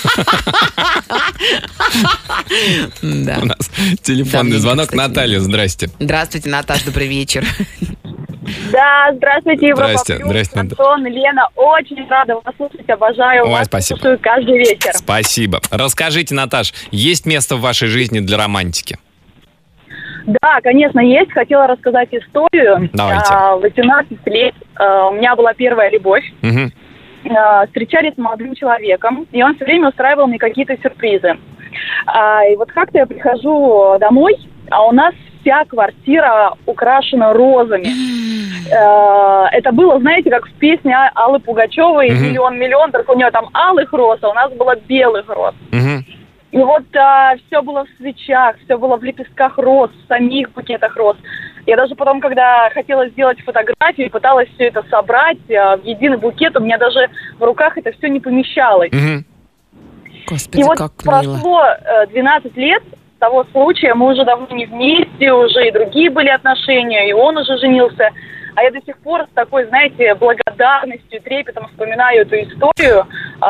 Да. У нас Да, телефонный мне, звонок. кстати, Наталья, здрасте. Здравствуйте, Наташ, добрый вечер. Да, здравствуйте, Европа Здрасте, Плюс, здрасте, Наталья. Антон, Лена, очень рада вас слушать, обожаю Ой, вас, спасибо. слушаю каждый вечер. Спасибо. Расскажите, Наташ, есть место в вашей жизни для романтики? Да, конечно, есть. Хотела рассказать историю. Давайте. А, восемнадцать лет а, у меня была первая любовь. Угу. А, встречались с молодым человеком, и он все время устраивал мне какие-то сюрпризы. А, и вот как-то я прихожу домой, а у нас вся квартира украшена розами. А, это было, знаете, как в песне Аллы Пугачевой Мгм. «Миллион-миллион», только у нее там алых роз, а у нас было белых роз. Угу. И вот а, все было в свечах, все было в лепестках роз, в самих букетах роз. Я даже потом, когда хотела сделать фотографию, пыталась все это собрать в единый букет, у меня даже в руках это все не помещалось. Угу. Господи, и вот как прошло двенадцать лет с того случая, мы уже давно не вместе, уже и другие были отношения, и он уже женился. А я до сих пор с такой, знаете, благодарностью и трепетом вспоминаю эту историю.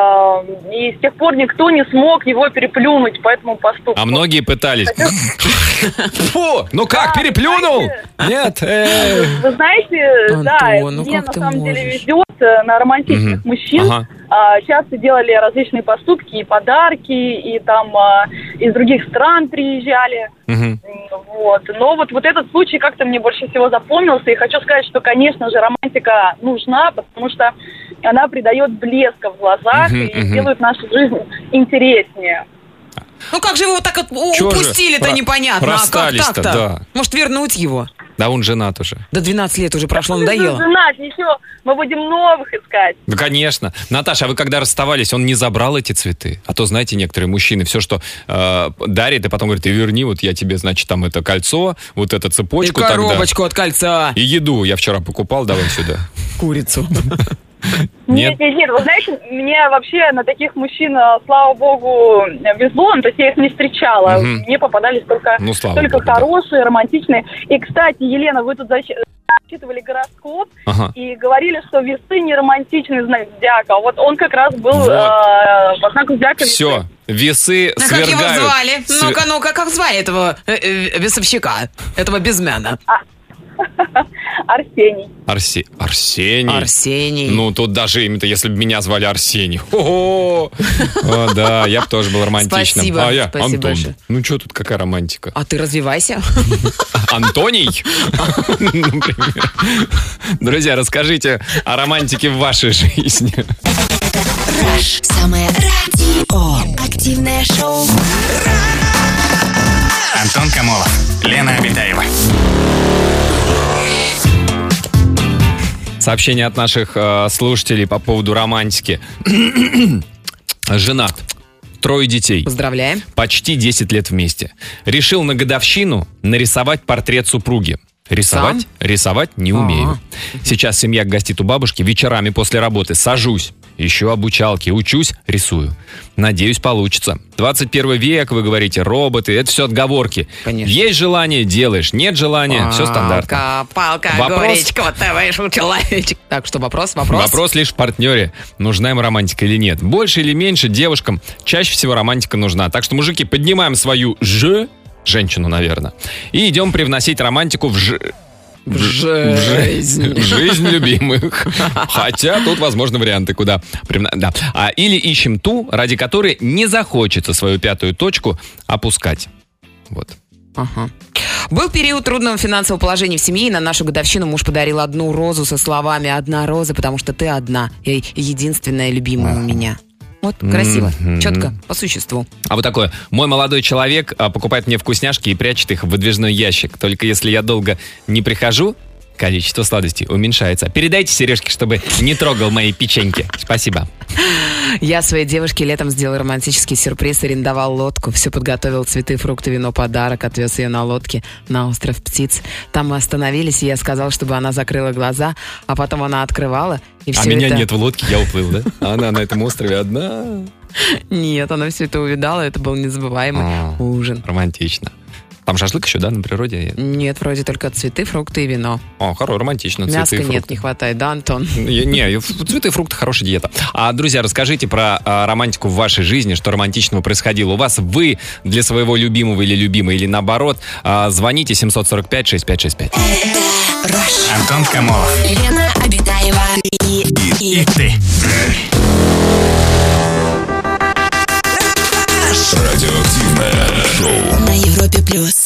И с тех пор никто не смог его переплюнуть по этому поступку. А многие пытались. Фу, ну как, переплюнул? Нет. Вы знаете, да, мне на самом деле везет на романтичных мужчин. Часто делали различные поступки, и подарки, и там из других стран приезжали. Вот. Но вот, вот этот случай как-то мне больше всего запомнился. И хочу сказать, что, конечно же, романтика нужна, потому что она придает блеска в глазах и делает нашу жизнь интереснее. Ну как же его вот так вот упустили-то Про- непонятно. А как так-то? Да. Может, вернуть его? Да он женат уже. Да двенадцать лет уже прошло, Да надоело. женат, ничего, мы будем новых искать. Ну, конечно. Наташа, а вы когда расставались, он не забрал эти цветы? А то, знаете, некоторые мужчины все, что э, дарит, и потом говорит, ты верни, вот я тебе, значит, там это кольцо, вот эту цепочку И коробочку тогда. от кольца. И еду я вчера покупал, давай сюда. Курицу. Нет, нет, нет, вы знаете, мне вообще на таких мужчин, слава богу, везло, то есть я их не встречала. Угу. Мне попадались только, ну, только богу, хорошие, да. романтичные. И, кстати, Елена, вы тут зачитывали гороскоп ага. и говорили, что весы не романтичный знак зодиака. Вот он как раз был вот. э, по знаку зодиака. Все, весы а свергают. Как его звали? Свер... Ну-ка, ну-ка, как звали этого э, э, весовщика, этого безмена? А. Арсений. Арсе... Арсений. Арсений. Ну, тут даже именно, если бы меня звали Арсений. О, да, я бы тоже был романтичным. Спасибо, а я спасибо Антон. большое. Ну, что тут, какая романтика? А ты развивайся. Антоний? Например. Друзья, расскажите о романтике в вашей жизни. Rush. Самое радио. Активное шоу. Антон Камолов, Лена Обитаева. Сообщение от наших э, слушателей по поводу романтики. Женат. Трое детей. Поздравляем. Почти десять лет вместе. Решил на годовщину нарисовать портрет супруги. Рисовать? Сам? Рисовать не умею. А-а-а. Сейчас семья гостит у бабушки. Вечерами после работы сажусь. Ищу обучалки. Учусь, рисую. Надеюсь, получится. двадцать первый век, вы говорите, роботы. Это все отговорки. Конечно. Есть желание, делаешь. Нет желания, палка, все стандартно. Палка, вопрос... горечка, вот ты вышел человечек. Так, что вопрос, вопрос? Вопрос лишь в партнере. Нужна им романтика или нет. Больше или меньше девушкам чаще всего романтика нужна. Так что, мужики, поднимаем свою «ж», женщину, наверное, и идем привносить романтику в «ж». В жизнь. В жизнь любимых. Хотя тут, возможно, варианты, куда... Да. А, или ищем ту, ради которой не захочется свою пятую точку опускать. Вот. Ага. Был период трудного финансового положения в семье, и на нашу годовщину муж подарил одну розу со словами «одна роза, потому что ты одна, и единственная любимая у меня». Вот, красиво, mm-hmm. четко, по существу. А вот такое. Мой молодой человек а, покупает мне вкусняшки и прячет их в выдвижной ящик. Только если я долго не прихожу, количество сладостей уменьшается. Передайте Сережке, чтобы не трогал мои печеньки. Спасибо. Я своей девушке летом сделал романтический сюрприз, арендовал лодку, все подготовил, цветы, фрукты, вино, подарок, отвез ее на лодке на остров Птиц. Там мы остановились, и я сказал, чтобы она закрыла глаза, а потом она открывала, и все а меня это... нет в лодке, я уплыл, да? А она на этом острове одна? Нет, она все это увидала, это был незабываемый а, ужин. Романтично. Там шашлык еще, да, на природе? Нет, вроде только цветы, фрукты и вино. О, хорошо, романтично. Мяска цветы и фрукты. Нет, не хватает, да, Антон? Не, цветы и фрукты, хорошая диета. А, друзья, расскажите про а, романтику в вашей жизни, что романтичного происходило у вас. Вы для своего любимого или любимой, или наоборот. А, звоните семь сорок пять шестьдесят пять шестьдесят пять. Антон Камолов. Лена Обитаева. И, и, и ты. Радиоактивное шоу на Европе плюс.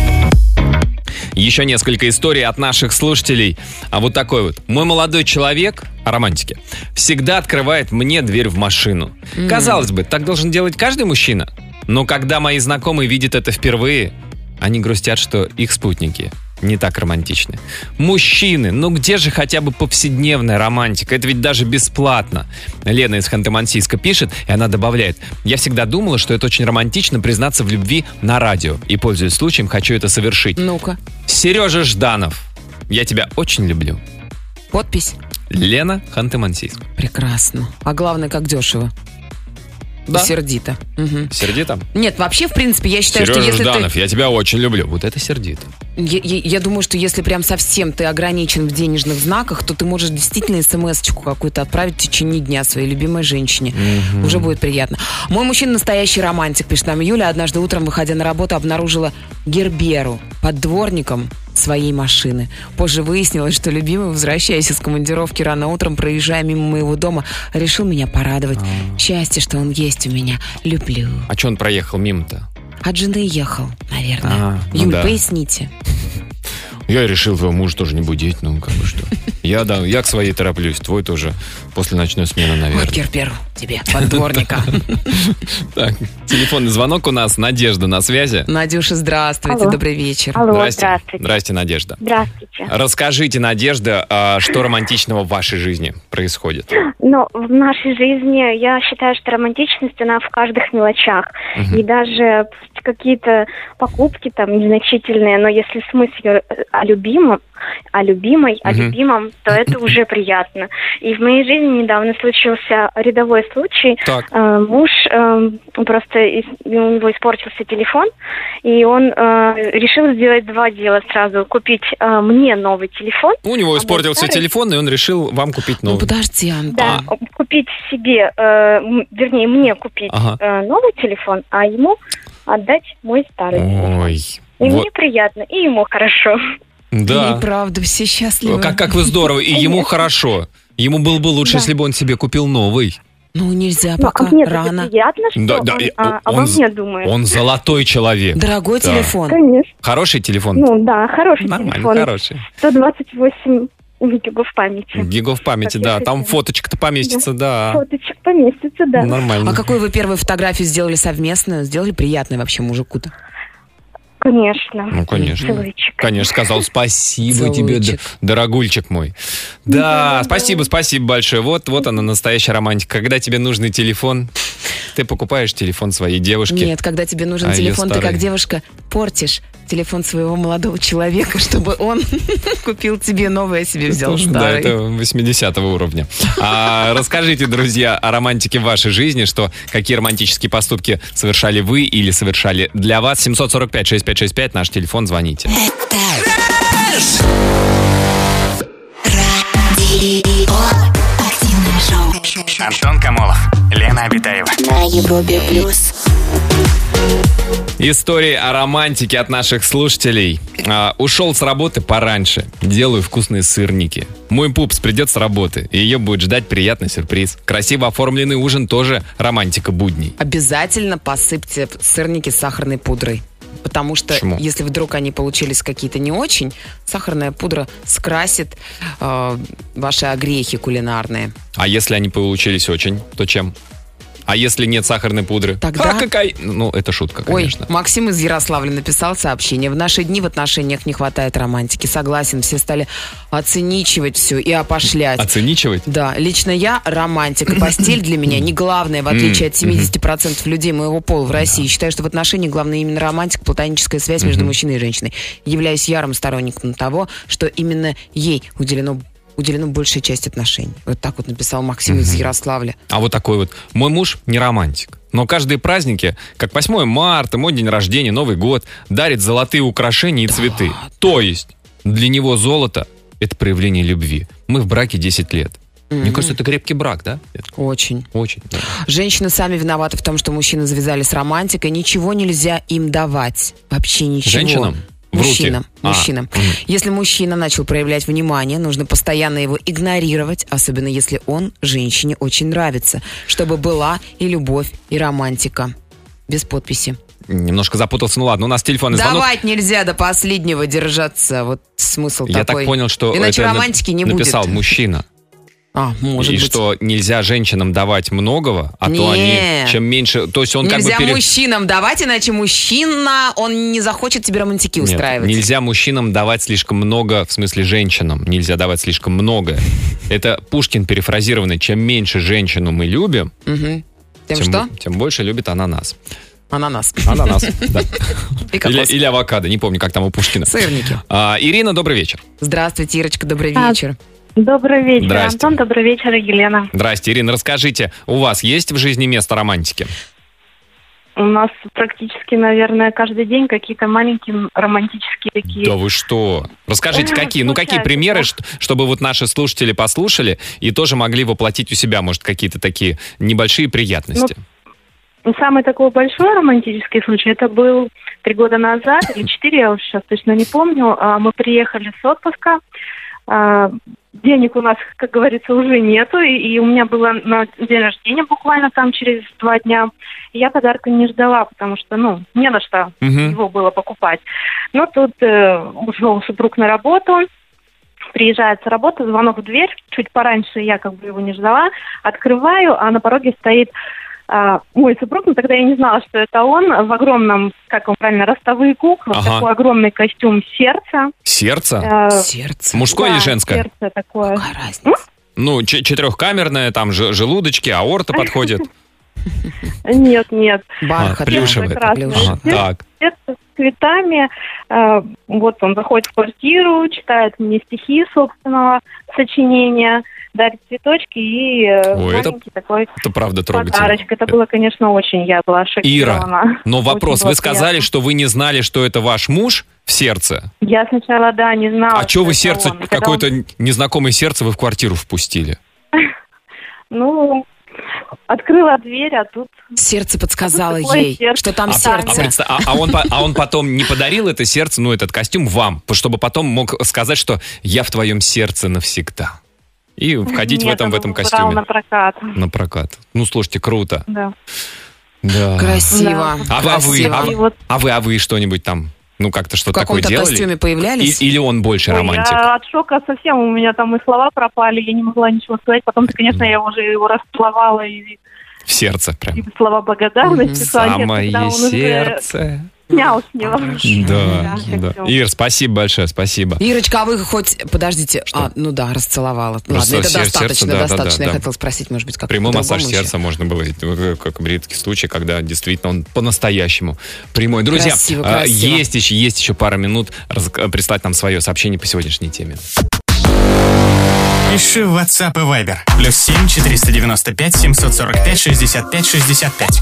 Еще несколько историй от наших слушателей. А вот такой вот. Мой молодой человек, о романтике, всегда открывает мне дверь в машину. Mm. Казалось бы, так должен делать каждый мужчина. Но когда мои знакомые видят это впервые, они грустят, что их спутники не так романтичны. Мужчины, ну где же хотя бы повседневная романтика? Это ведь даже бесплатно. Лена из Ханты-Мансийска пишет, и она добавляет: я всегда думала, что это очень романтично признаться в любви на радио. И, пользуясь случаем, хочу это совершить. Ну-ка. Сережа Жданов. Я тебя очень люблю. Подпись. Лена, Ханты-Мансийск. Прекрасно. А главное, как дешево. Да. И сердито. Угу. Сердито? Нет, вообще, в принципе, я считаю, Сережа что если Жданов, ты... я тебя очень люблю. Вот это сердито. Я, я, я думаю, что если прям совсем ты ограничен в денежных знаках, то ты можешь действительно смс-очку какую-то отправить в течение дня своей любимой женщине. Угу. Уже будет приятно. Мой мужчина настоящий романтик, пишет нам Юля. Однажды утром, выходя на работу, обнаружила Герберу под дворником своей машины. Позже выяснилось, что любимый, возвращаясь из командировки рано утром, проезжая мимо моего дома, решил меня порадовать. А-а-а. Счастье, что он есть у меня. Люблю. А что он проехал мимо-то? От жены ехал, наверное. А, ну Юль, да. Поясните. Я решил твоего мужа тоже не будить, ну как бы что. Я, да, я к своей тороплюсь, твой тоже после ночной смены, наверное. Вот Герберу тебе, под дворника. Так, телефонный звонок у нас. Надежда на связи. Надюша, здравствуйте, Алло. Добрый вечер. Алло, Здрасте. здравствуйте. Здрасте, Надежда. Здравствуйте. Расскажите, Надежда, что романтичного в вашей жизни происходит? Ну, в нашей жизни я считаю, что романтичность, она в каждых мелочах. Угу. И даже какие-то покупки там незначительные, но если в смысле о любимом, о любимой, о угу. любимом, то это уже приятно. И в моей жизни недавно случился рядовой случай. Э, муж э, просто из, у него испортился телефон, и он э, решил сделать два дела сразу: купить э, мне новый телефон. У него испортился старый... телефон, и он решил вам купить новый. Ну подожди, Антон. Да, а. купить себе, э, вернее, мне купить ага. э, новый телефон, а ему отдать мой старый телефон. Ой. И вот. Мне приятно, и ему хорошо. Да. И правда, все счастливы. Как, как вы здорово, и ему хорошо. Ему было бы лучше, да. если бы он себе купил новый. Ну, нельзя ну, пока, а мне рано. Приятно, что да, он, да, а, он, обо мне думает. Он золотой человек. Дорогой да. телефон. Конечно. Хороший телефон? Ну, да, хороший Нормально, телефон. хороший. сто двадцать восемь гигов памяти. Гигов памяти, да. Там фоточка-то поместится, да. да. Фоточек поместится, да. Нормально. А какую вы первую фотографию сделали совместную? Сделали приятную вообще мужику-то? Конечно. Ну, конечно. Целуйчик. Конечно, сказал спасибо Целуйчик. тебе, дорогульчик мой. Да, да, спасибо, да. спасибо большое. Вот, вот она, настоящая романтика. Когда тебе нужный телефон, ты покупаешь телефон своей девушки. Нет, когда тебе нужен а телефон, ты старый... как девушка портишь телефон своего молодого человека, чтобы он купил тебе новый, а себе взял старый. Да, это восьмидесятого уровня. А, расскажите, друзья, о романтике в вашей жизни, что какие романтические поступки совершали вы или совершали для вас. семьсот сорок пять шестьдесят пять шестьдесят пять, наш телефон, звоните. Антон Камолов, Лена Обитаева. На Европе плюс. Истории о романтике от наших слушателей. А, ушел с работы пораньше. Делаю вкусные сырники. Мой пупс придет с работы, и ее будет ждать приятный сюрприз. Красиво оформленный ужин тоже романтика будней. Обязательно посыпьте сырники сахарной пудрой. Потому что, Почему? Если вдруг они получились какие-то не очень, сахарная пудра скрасит э, ваши огрехи кулинарные. А если они получились очень, то чем? А если нет сахарной пудры? Тогда... А, какая... Ну, это шутка, конечно. Ой, Максим из Ярославля написал сообщение. В наши дни в отношениях не хватает романтики. Согласен, все стали оценичивать все и опошлять. Оценичивать? Да, лично я романтик. И постель для меня не главное, в отличие от семьдесят процентов людей моего пола в России. Считаю, что в отношениях главное именно романтика, платоническая связь между мужчиной и женщиной. Являюсь ярым сторонником того, что именно ей уделено уделено большая часть отношений. Вот так вот написал Максим из Ярославля. А вот такой вот. Мой муж не романтик. Но каждые праздники, как восьмое марта, мой день рождения, Новый год, дарит золотые украшения и да, цветы. Да. То есть для него золото – это проявление любви. Мы в браке десять лет. Mm-hmm. Мне кажется, это крепкий брак, да? Очень. Очень. Да. Женщины сами виноваты в том, что мужчины завязали с романтикой. Ничего нельзя им давать. Вообще ничего. Женщинам? Мужчинам. А. Мужчинам. Mm. Если мужчина начал проявлять внимание, нужно постоянно его игнорировать, особенно если он женщине очень нравится, чтобы была и любовь, и романтика. Без подписи. Немножко запутался, ну ладно, у нас телефонный звонок. Давать нельзя до последнего держаться, вот смысл Я такой. так понял, что иначе это романтики не написал будет. мужчина. А, может и быть. что нельзя женщинам давать многого, а Не. то они чем меньше... То есть он Нельзя как бы пере... мужчинам давать, иначе мужчина, он не захочет тебе романтики Нет, устраивать. нельзя мужчинам давать слишком много, в смысле женщинам, нельзя давать слишком много. Это Пушкин перефразированный. Чем меньше женщину мы любим, Угу. Тем, тем, что? тем больше любит она нас. Ананас. Ананас, да. И Или, кокос. или авокадо, не помню, как там у Пушкина. Сырники. А, Ирина, добрый вечер. Здравствуйте, Ирочка, добрый А, вечер. Добрый вечер, Здрасте. Антон. Добрый вечер, Елена. Здрасте, Ирина, расскажите, у вас есть в жизни место романтики? У нас практически, наверное, каждый день какие-то маленькие романтические такие... Да вы что? Расскажите, какие? Ну, какие Случается, примеры, да. ш- чтобы вот наши слушатели послушали и тоже могли воплотить у себя, может, какие-то такие небольшие приятности? Самый такой большой романтический случай, это был три года назад, или четыре, я уже сейчас точно не помню. А, Мы приехали с отпуска. А, Денег у нас, как говорится, уже нету. И и у меня было на день рождения буквально там через два дня. И я подарка не ждала, потому что, ну, не на что Мгм. его было покупать. Но тут э, ушел супруг на работу. Приезжает с работы, звонок в дверь. Чуть пораньше я как бы его не ждала. Открываю, а на пороге стоит а, мой супруг. Но тогда я не знала, что это он. В огромном, как он правильно, ростовые куклы. Ага. Такой огромный костюм сердца. Сердце? Э, Сердце. Мужское да, или женское? Сердце такое. Какая разница? Ну, ч- четырехкамерное, там же желудочки, аорта подходит. Нет, нет. Бархат. плюшевое. Прекрасное. Ага, так. Сердце с цветами. Э, Вот он заходит в квартиру, читает мне стихи собственного сочинения, дарит цветочки и э, Ой, это маленький такой Это правда трогательно. подарочек. Это было, конечно, очень, я была шокирована. Ира, но вопрос. Очень Вы было сказали, приятно. что вы не знали, что это ваш муж в сердце? Я сначала, да, не знала. А что вы это сердце, он. И когда какое-то он- незнакомое сердце вы в квартиру впустили? Ну, открыла дверь, а тут... Сердце подсказало Такое ей, сердце. что там А, сердце. а представ- а- а он, по- а он потом не подарил это сердце, ну, этот костюм вам, чтобы потом мог сказать, что я в твоем сердце навсегда. И входить в Нет, этом, он в этом брал костюме. на прокат. На прокат. Ну, слушайте, круто. Да. Да. Красиво. А, вы- а вы, Красиво. а, И вы- вот- а вы, а вы что-нибудь там, ну, как-то В что-то такое каком-то делали? костюме И- появлялись? или он больше Ой, романтик? я от шока совсем, у меня там и слова пропали, я не могла ничего сказать. Потом-то, конечно, я уже его расцеловала и, В сердце прям. и слова благодарности. слова нет, когда Самое он уже сердце. снял с него. Да, да. костюм. Ир, спасибо большое, спасибо. Ирочка, а вы хоть... Подождите. А, ну да, расцеловала. Ладно, Просто это сердце, достаточно, да, да, да, достаточно. Я да. хотела спросить, может быть, как Прямой массаж по-другому еще. сердца можно было, э, как редкий случай, когда действительно он по-настоящему прямой. Друзья, Красиво, э, красиво. есть еще, есть еще пара минут раз- э, прислать нам свое сообщение по сегодняшней теме. Пиши в WhatsApp и Viber. Плюс семь четыреста девяносто пять семьсот сорок пять шестьдесят пять шестьдесят пять.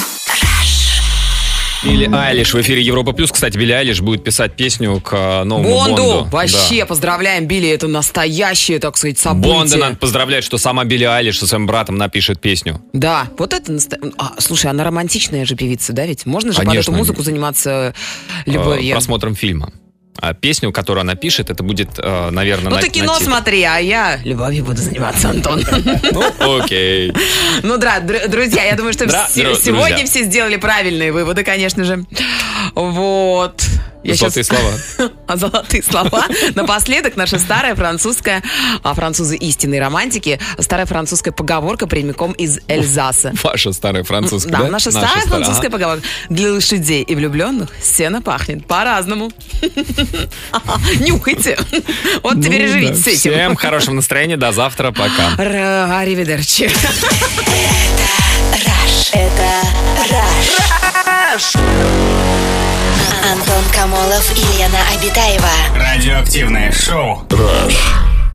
Билли Айлиш в эфире Европа Плюс. Кстати, Билли Айлиш будет писать песню к э, новому Бонду! Бонду. Вообще, поздравляем, Билли, это настоящее, так сказать, Да. событие. Бонда надо поздравлять, что сама Билли Айлиш со своим братом напишет песню. Да, вот это... наста- А, слушай, она романтичная же певица, да ведь? Можно же под Конечно. эту музыку заниматься Э, любовью? Просмотром фильма. А песню, которую она пишет, это будет, э, наверное, Ну на, ты кино на тип- смотри, а я любовью буду заниматься, Антон. Ну, окей. Ну да, др- друзья, я думаю, что Да, все- дру- сегодня друзья. все сделали правильные выводы, конечно же. Вот. Я Золотые щас- слова. А золотые слова. Напоследок наша старая французская, а французы истинные романтики, старая французская поговорка прямиком из Эльзаса. Ваша старая французская, Да, да? наша старая старая, французская ага. поговорка. Для лошадей и влюбленных сено пахнет по-разному. Нюхайте. Вот теперь и Ну живите да. с этим. Всем хорошего настроения, до завтра, пока. Ра- Аривидерчи. Это Раш. Антон Камолов и Лена Обитаева. Радиоактивное шоу. Rush.